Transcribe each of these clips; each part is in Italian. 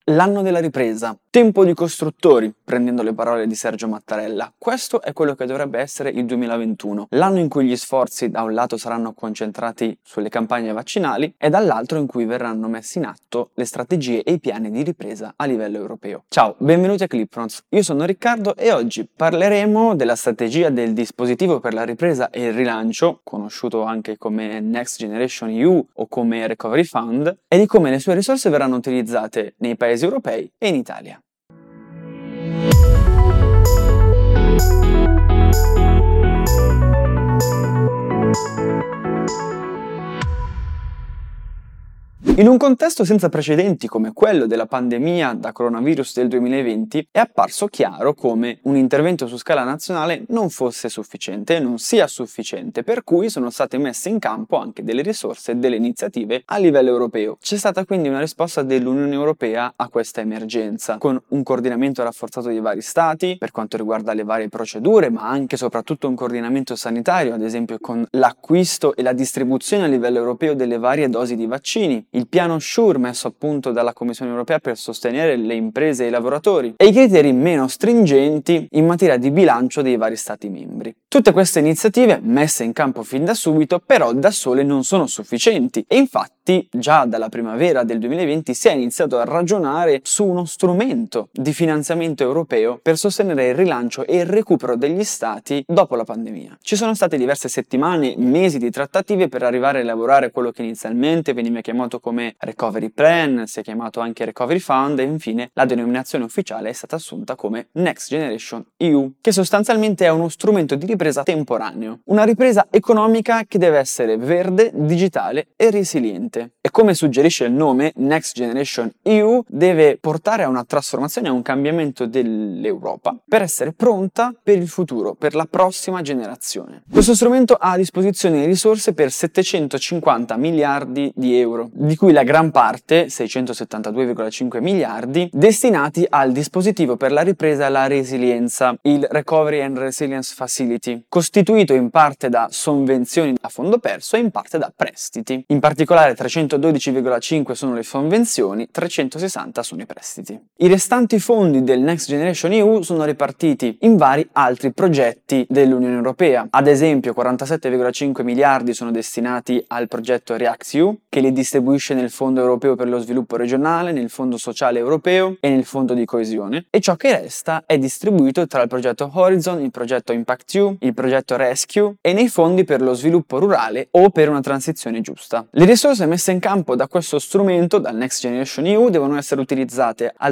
L'anno della ripresa, tempo di costruttori, prendendo le parole di Sergio Mattarella. Questo è quello che dovrebbe essere il 2021, l'anno in cui gli sforzi da un lato saranno concentrati sulle campagne vaccinali e dall'altro in cui verranno messi in atto le strategie e i piani di ripresa a livello europeo. Ciao, benvenuti a Clipfront, io sono Riccardo e oggi parleremo della strategia del dispositivo per la ripresa e il rilancio, conosciuto anche come Next Generation EU o come Recovery Fund, e di come le sue risorse verranno utilizzate nei paesi europei e in Italia. In un contesto senza precedenti come quello della pandemia da coronavirus del 2020, è apparso chiaro come un intervento su scala nazionale non fosse sufficiente e non sia sufficiente, per cui sono state messe in campo anche delle risorse e delle iniziative a livello europeo. C'è stata quindi una risposta dell'Unione Europea a questa emergenza, con un coordinamento rafforzato dei vari stati per quanto riguarda le varie procedure, ma anche e soprattutto un coordinamento sanitario, ad esempio con l'acquisto e la distribuzione a livello europeo delle varie dosi di vaccini, il piano SURE messo a punto dalla Commissione Europea per sostenere le imprese e i lavoratori e i criteri meno stringenti in materia di bilancio dei vari Stati membri. Tutte queste iniziative, messe in campo fin da subito, però da sole non sono sufficienti e infatti già dalla primavera del 2020 si è iniziato a ragionare su uno strumento di finanziamento europeo per sostenere il rilancio e il recupero degli Stati dopo la pandemia. Ci sono state diverse settimane, mesi di trattative per arrivare a elaborare quello che inizialmente veniva chiamato come Recovery Plan, si è chiamato anche Recovery Fund e infine la denominazione ufficiale è stata assunta come Next Generation EU, che sostanzialmente è uno strumento di ripresa temporaneo, una ripresa economica che deve essere verde, digitale e resiliente. E come suggerisce il nome, Next Generation EU deve portare a una trasformazione, a un cambiamento dell'Europa per essere pronta per il futuro, per la prossima generazione. Questo strumento ha a disposizione risorse per 750 miliardi di euro, di cui la gran parte, 672,5 miliardi, destinati al dispositivo per la ripresa e la resilienza, il Recovery and Resilience Facility, costituito in parte da sovvenzioni a fondo perso e in parte da prestiti. In particolare 312,5 sono le sovvenzioni, 360 sono i prestiti. I restanti fondi del Next Generation EU sono ripartiti in vari altri progetti dell'Unione Europea. Ad esempio 47,5 miliardi sono destinati al progetto REACT-EU, che li distribuisce nel Fondo Europeo per lo Sviluppo Regionale, nel Fondo Sociale Europeo e nel Fondo di Coesione, e ciò che resta è distribuito tra il progetto Horizon, il progetto Impact-EU, il progetto Rescue e nei fondi per lo sviluppo rurale o per una transizione giusta. Le risorse messe in campo da questo strumento, dal Next Generation EU, devono essere utilizzate al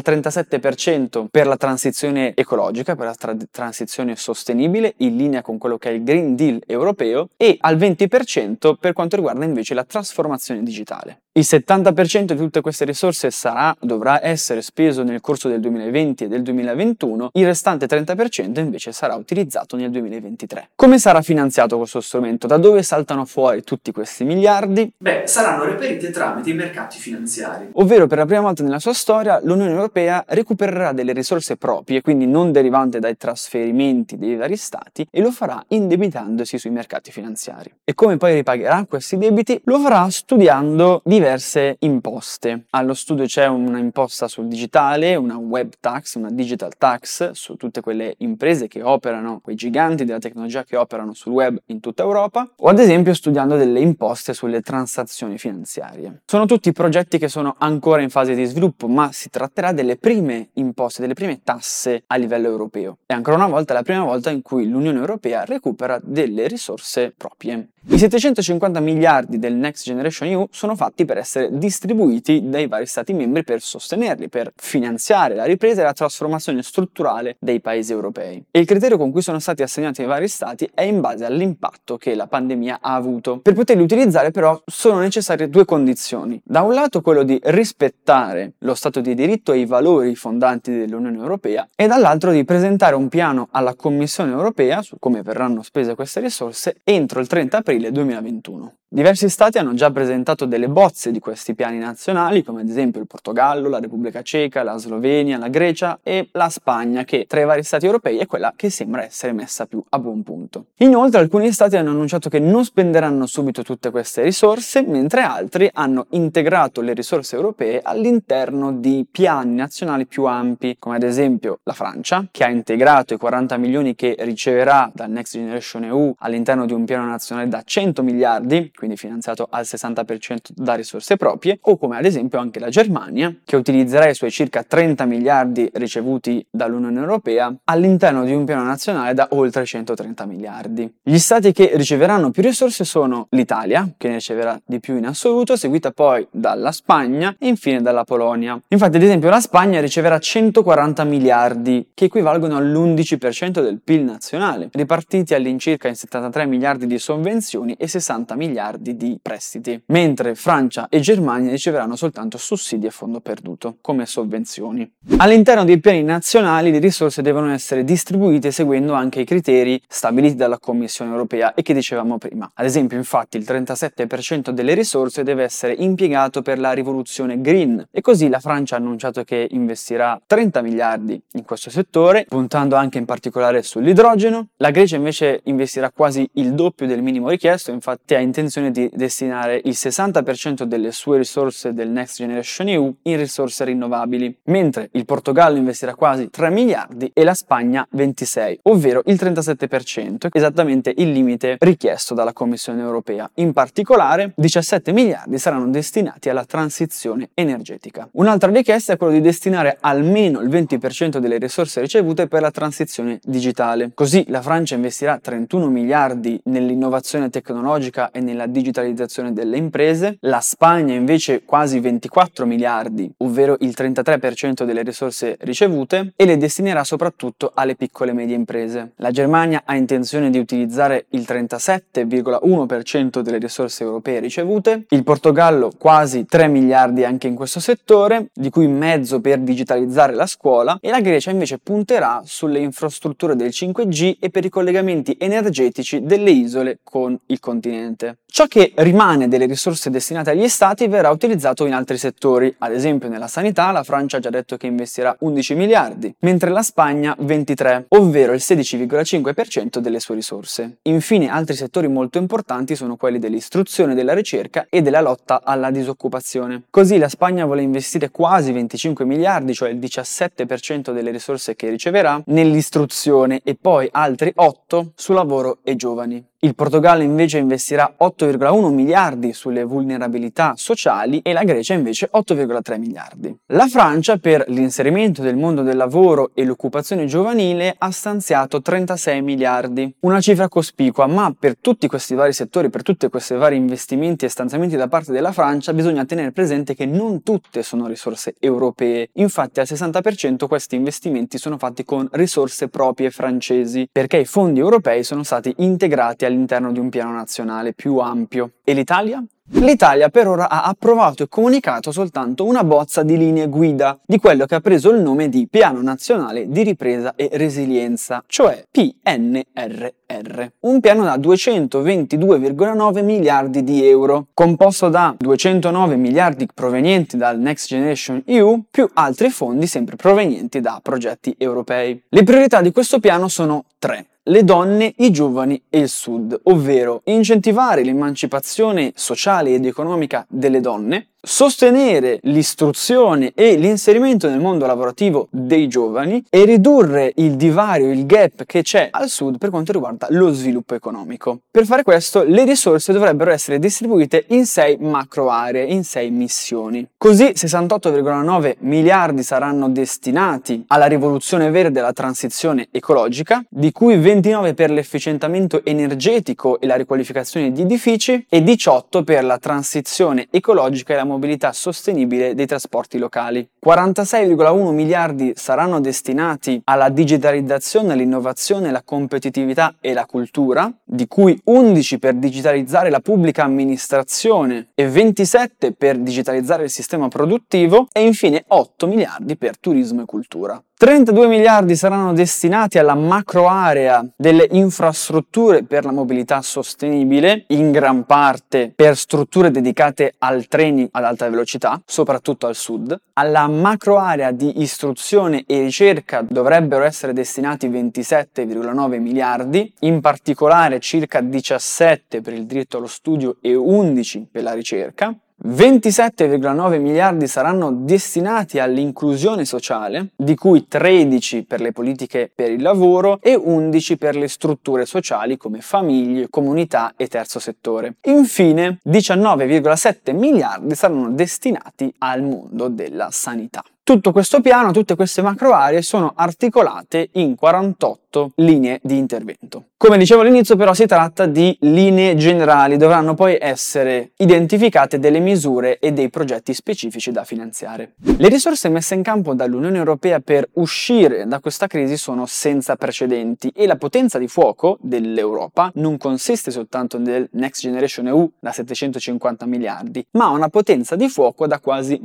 37% per la transizione ecologica, per la transizione sostenibile, in linea con quello che è il Green Deal europeo, e al 20% per quanto riguarda invece la trasformazione digitale. Il 70% di tutte queste risorse dovrà essere speso nel corso del 2020 e del 2021, il restante 30% invece sarà utilizzato nel 2023. Come sarà finanziato questo strumento? Da dove saltano fuori tutti questi miliardi? Saranno reperiti tramite i mercati finanziari. Ovvero, per la prima volta nella sua storia, l'Unione Europea recupererà delle risorse proprie, quindi non derivanti dai trasferimenti dei vari stati, e lo farà indebitandosi sui mercati finanziari. E come poi ripagherà questi debiti? Lo farà studiando diverse imposte. Allo studio c'è una imposta sul digitale, una web tax, una digital tax su tutte quelle imprese che operano, quei giganti della tecnologia che operano sul web in tutta Europa, o ad esempio studiando delle imposte sulle transazioni finanziarie. Sono tutti progetti che sono ancora in fase di sviluppo, ma si tratterà delle prime imposte, delle prime tasse a livello europeo. E ancora una volta è la prima volta in cui l'Unione Europea recupera delle risorse proprie. I 750 miliardi del Next Generation EU sono fatti per essere distribuiti dai vari Stati membri per sostenerli, per finanziare la ripresa e la trasformazione strutturale dei paesi europei. E il criterio con cui sono stati assegnati ai vari Stati è in base all'impatto che la pandemia ha avuto. Per poterli utilizzare però sono necessarie due condizioni. Da un lato quello di rispettare lo Stato di diritto e i valori fondanti dell'Unione Europea e dall'altro di presentare un piano alla Commissione Europea su come verranno spese queste risorse entro il 30 aprile 2021. Diversi stati hanno già presentato delle bozze di questi piani nazionali, come ad esempio il Portogallo, la Repubblica Ceca, la Slovenia, la Grecia e la Spagna, che tra i vari stati europei è quella che sembra essere messa più a buon punto. Inoltre alcuni stati hanno annunciato che non spenderanno subito tutte queste risorse, mentre altri hanno integrato le risorse europee all'interno di piani nazionali più ampi, come ad esempio la Francia, che ha integrato i 40 milioni che riceverà dal Next Generation EU all'interno di un piano nazionale da 100 miliardi, quindi finanziato al 60% da risorse proprie, o come ad esempio anche la Germania, che utilizzerà i suoi circa 30 miliardi ricevuti dall'Unione Europea all'interno di un piano nazionale da oltre 130 miliardi. Gli stati che riceveranno più risorse sono l'Italia, che ne riceverà di più in assoluto, seguita poi dalla Spagna e infine dalla Polonia. Infatti, ad esempio, la Spagna riceverà 140 miliardi, che equivalgono all'11% del PIL nazionale, ripartiti all'incirca in 73 miliardi di sovvenzioni e 60 miliardi di prestiti, mentre Francia e Germania riceveranno soltanto sussidi a fondo perduto come sovvenzioni. All'interno dei piani nazionali le risorse devono essere distribuite seguendo anche i criteri stabiliti dalla Commissione europea e che dicevamo prima. Ad esempio, infatti, il 37% delle risorse deve essere impiegato per la rivoluzione green, e così la Francia ha annunciato che investirà 30 miliardi in questo settore, puntando anche in particolare sull'idrogeno. La Grecia invece investirà quasi il doppio del minimo richiesto, infatti ha intenzione di destinare il 60% delle sue risorse del Next Generation EU in risorse rinnovabili, mentre il Portogallo investirà quasi 3 miliardi e la Spagna 26, ovvero il 37%, esattamente il limite richiesto dalla Commissione europea. In particolare, 17 miliardi saranno destinati alla transizione energetica. Un'altra richiesta è quella di destinare almeno il 20% delle risorse ricevute per la transizione digitale. Così la Francia investirà 31 miliardi nell'innovazione tecnologica e nella digitalizzazione delle imprese, la Spagna invece quasi 24 miliardi, ovvero il 33% delle risorse ricevute, e le destinerà soprattutto alle piccole e medie imprese. La Germania ha intenzione di utilizzare il 37,1% delle risorse europee ricevute, il Portogallo quasi 3 miliardi anche in questo settore, di cui mezzo per digitalizzare la scuola, e la Grecia invece punterà sulle infrastrutture del 5G e per i collegamenti energetici delle isole con il continente. Ciò che rimane delle risorse destinate agli stati verrà utilizzato in altri settori, ad esempio nella sanità la Francia ha già detto che investirà 11 miliardi, mentre la Spagna 23, ovvero il 16,5% delle sue risorse. Infine altri settori molto importanti sono quelli dell'istruzione, della ricerca e della lotta alla disoccupazione. Così la Spagna vuole investire quasi 25 miliardi, cioè il 17% delle risorse che riceverà, nell'istruzione e poi altri 8 su lavoro e giovani. Il Portogallo invece investirà 8,1 miliardi sulle vulnerabilità sociali e la Grecia invece 8,3 miliardi. La Francia, per l'inserimento del mondo del lavoro e l'occupazione giovanile, ha stanziato 36 miliardi, una cifra cospicua, ma per tutti questi vari settori, per tutti questi vari investimenti e stanziamenti da parte della Francia, bisogna tenere presente che non tutte sono risorse europee. Infatti al 60% questi investimenti sono fatti con risorse proprie francesi, perché i fondi europei sono stati integrati all'interno di un piano nazionale più ampio. E l'Italia? L'Italia per ora ha approvato e comunicato soltanto una bozza di linee guida di quello che ha preso il nome di Piano Nazionale di Ripresa e Resilienza, cioè PNRR, un piano da 222,9 miliardi di euro, composto da 209 miliardi provenienti dal Next Generation EU più altri fondi sempre provenienti da progetti europei. Le priorità di questo piano sono 3. Le donne, i giovani e il Sud, ovvero incentivare l'emancipazione sociale ed economica delle donne, sostenere l'istruzione e l'inserimento nel mondo lavorativo dei giovani e ridurre il divario, il gap che c'è al Sud per quanto riguarda lo sviluppo economico. Per fare questo le risorse dovrebbero essere distribuite in 6 macro aree, in 6 missioni. Così 68,9 miliardi saranno destinati alla rivoluzione verde e alla transizione ecologica, di cui 29 per l'efficientamento energetico e la riqualificazione di edifici e 18 per la transizione ecologica e la mobilità sostenibile dei trasporti locali. 46,1 miliardi saranno destinati alla digitalizzazione, all'innovazione, la competitività e la cultura, di cui 11 per digitalizzare la pubblica amministrazione e 27 per digitalizzare il sistema produttivo e infine 8 miliardi per turismo e cultura. 32 miliardi saranno destinati alla macro area delle infrastrutture per la mobilità sostenibile, in gran parte per strutture dedicate al treni ad alta velocità, soprattutto al sud. Alla macro area di istruzione e ricerca dovrebbero essere destinati 27,9 miliardi, in particolare circa 17 per il diritto allo studio e 11 per la ricerca. 27,9 miliardi saranno destinati all'inclusione sociale, di cui 13 per le politiche per il lavoro e 11 per le strutture sociali come famiglie, comunità e terzo settore. Infine, 19,7 miliardi saranno destinati al mondo della sanità. Tutto questo piano, tutte queste macro aree sono articolate in 48 linee di intervento. Come dicevo all'inizio, però, si tratta di linee generali, dovranno poi essere identificate delle misure e dei progetti specifici da finanziare. Le risorse messe in campo dall'Unione Europea per uscire da questa crisi sono senza precedenti e la potenza di fuoco dell'Europa non consiste soltanto nel Next Generation EU da 750 miliardi, ma ha una potenza di fuoco da quasi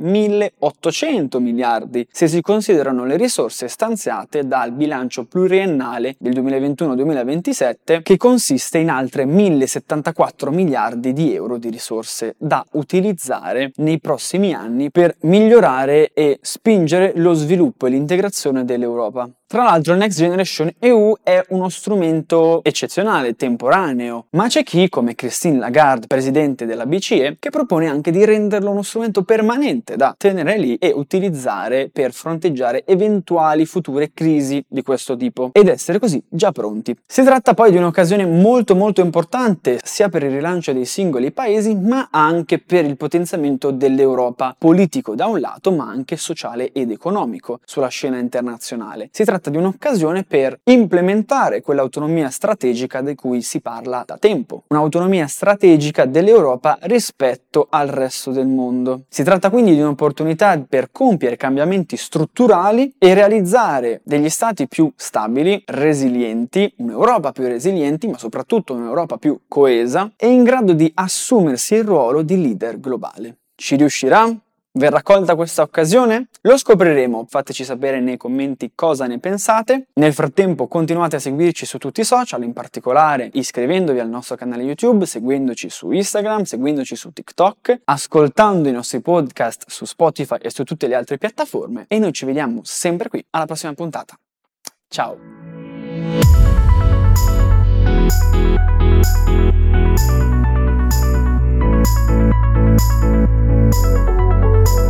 1800 miliardi se si considerano le risorse stanziate dal bilancio pluriennale del 2021-2027, che consiste in altre 1074 miliardi di euro di risorse da utilizzare nei prossimi anni per migliorare e spingere lo sviluppo e l'integrazione dell'Europa. Tra l'altro il Next Generation EU è uno strumento eccezionale, temporaneo, ma c'è chi, come Christine Lagarde, presidente della BCE, che propone anche di renderlo uno strumento permanente da tenere lì e utilizzare per fronteggiare eventuali future crisi di questo tipo ed essere così già pronti. Si tratta poi di un'occasione molto importante sia per il rilancio dei singoli paesi ma anche per il potenziamento dell'Europa, politico da un lato ma anche sociale ed economico sulla scena internazionale. Si tratta di un'occasione per implementare quell'autonomia strategica di cui si parla da tempo, un'autonomia strategica dell'Europa rispetto al resto del mondo. Si tratta quindi di un'opportunità per compiere cambiamenti strutturali e realizzare degli stati più stabili, resilienti, un'Europa più resiliente, ma soprattutto un'Europa più coesa e in grado di assumersi il ruolo di leader globale. Ci riuscirà? Verrà colta questa occasione? Lo scopriremo, fateci sapere nei commenti cosa ne pensate. Nel frattempo continuate a seguirci su tutti i social, in particolare iscrivendovi al nostro canale YouTube, seguendoci su Instagram, seguendoci su TikTok, ascoltando i nostri podcast su Spotify e su tutte le altre piattaforme e noi ci vediamo sempre qui alla prossima puntata. Ciao!